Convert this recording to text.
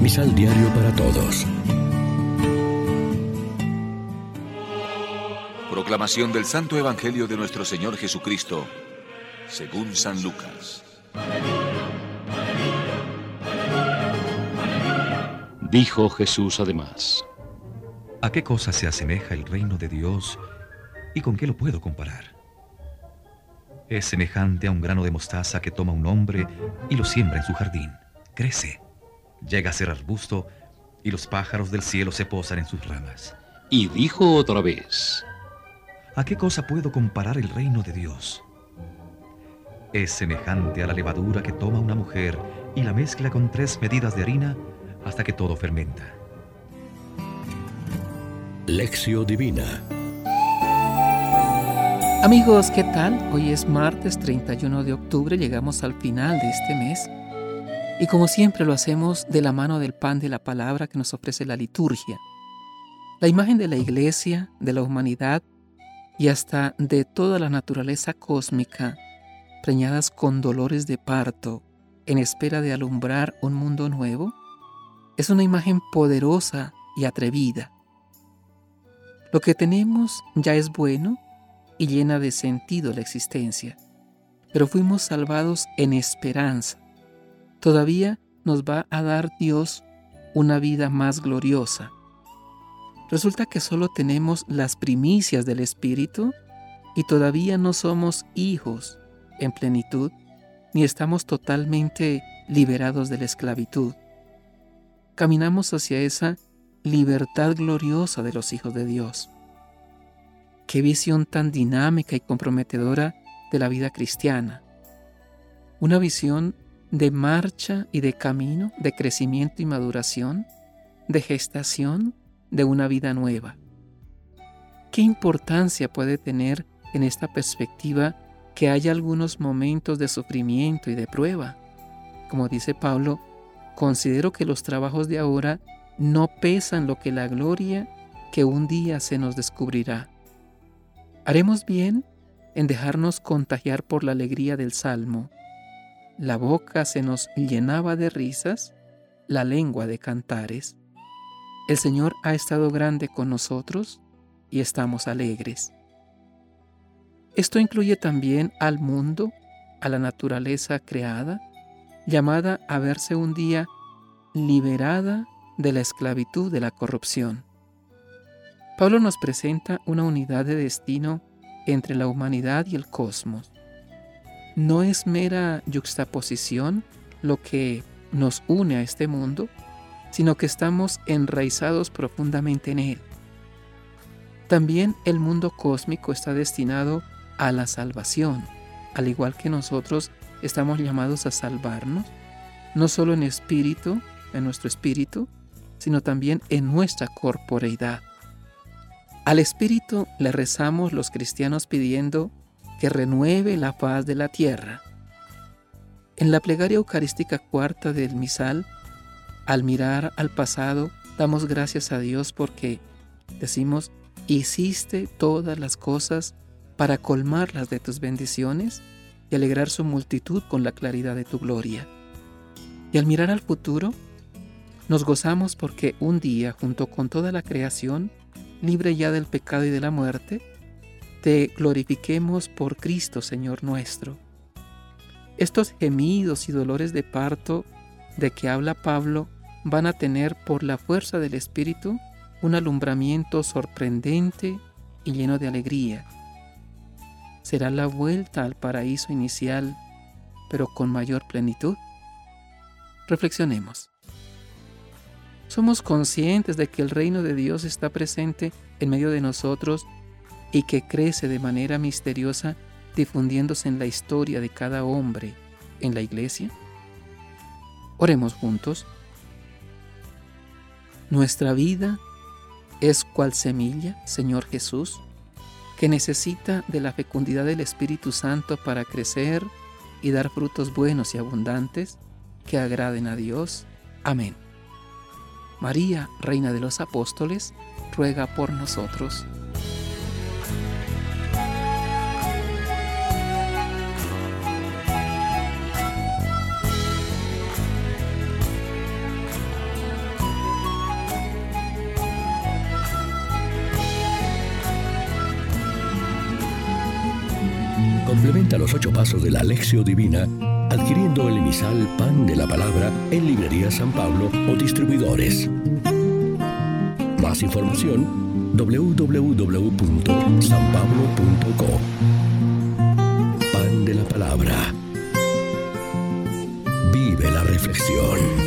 Misal Diario para Todos. Proclamación del Santo Evangelio de nuestro Señor Jesucristo, según San Lucas. Dijo Jesús además: ¿A qué cosa se asemeja el reino de Dios y con qué lo puedo comparar? Es semejante a un grano de mostaza que toma un hombre y lo siembra en su jardín. Crece, llega a ser arbusto y los pájaros del cielo se posan en sus ramas. Y dijo otra vez: ¿A qué cosa puedo comparar el reino de Dios? Es semejante a la levadura que toma una mujer y la mezcla con 3 medidas de harina hasta que todo fermenta. Lección Divina. Amigos, ¿qué tal? Hoy es martes 31 de octubre, llegamos al final de este mes y como siempre lo hacemos de la mano del pan de la palabra que nos ofrece la liturgia. La imagen de la iglesia, de la humanidad y hasta de toda la naturaleza cósmica, preñadas con dolores de parto en espera de alumbrar un mundo nuevo, es una imagen poderosa y atrevida. Lo que tenemos ya es bueno y llena de sentido la existencia, pero fuimos salvados en esperanza. Todavía nos va a dar Dios una vida más gloriosa. Resulta que solo tenemos las primicias del Espíritu y todavía no somos hijos en plenitud, ni estamos totalmente liberados de la esclavitud. Caminamos hacia esa libertad gloriosa de los hijos de Dios. Qué visión tan dinámica y comprometedora de la vida cristiana. Una visión de marcha y de camino, de crecimiento y maduración, de gestación de una vida nueva. ¿Qué importancia puede tener en esta perspectiva que haya algunos momentos de sufrimiento y de prueba? Como dice Pablo, considero que los trabajos de ahora no pesan lo que la gloria que un día se nos descubrirá. Haremos bien en dejarnos contagiar por la alegría del Salmo. La boca se nos llenaba de risas, la lengua de cantares. El Señor ha estado grande con nosotros y estamos alegres. Esto incluye también al mundo, a la naturaleza creada, llamada a verse un día liberada de la esclavitud de la corrupción. Pablo nos presenta una unidad de destino entre la humanidad y el cosmos. No es mera yuxtaposición lo que nos une a este mundo, sino que estamos enraizados profundamente en él. También el mundo cósmico está destinado a la salvación, al igual que nosotros estamos llamados a salvarnos, no solo en espíritu, en nuestro espíritu, sino también en nuestra corporeidad. Al Espíritu le rezamos los cristianos pidiendo que renueve la paz de la tierra. En la plegaria eucarística cuarta del misal, al mirar al pasado, damos gracias a Dios porque decimos: hiciste todas las cosas para colmarlas de tus bendiciones y alegrar su multitud con la claridad de tu gloria. Y al mirar al futuro, nos gozamos porque un día, junto con toda la creación, libre ya del pecado y de la muerte, te glorifiquemos por Cristo, Señor nuestro. Estos gemidos y dolores de parto de que habla Pablo van a tener por la fuerza del Espíritu un alumbramiento sorprendente y lleno de alegría. Será la vuelta al paraíso inicial, pero con mayor plenitud. Reflexionemos. Somos conscientes de que el reino de Dios está presente en medio de nosotros y que crece de manera misteriosa, difundiéndose en la historia de cada hombre en la iglesia. Oremos juntos. Nuestra vida es cual semilla, Señor Jesús, que necesita de la fecundidad del Espíritu Santo para crecer y dar frutos buenos y abundantes que agraden a Dios. Amén. María, Reina de los Apóstoles, ruega por nosotros. Complementa los 8 pasos de la Lectio Divina adquiriendo el emisal Pan de la Palabra en Librería San Pablo o distribuidores. Más información www.sanpablo.co. Pan de la Palabra. Vive la reflexión.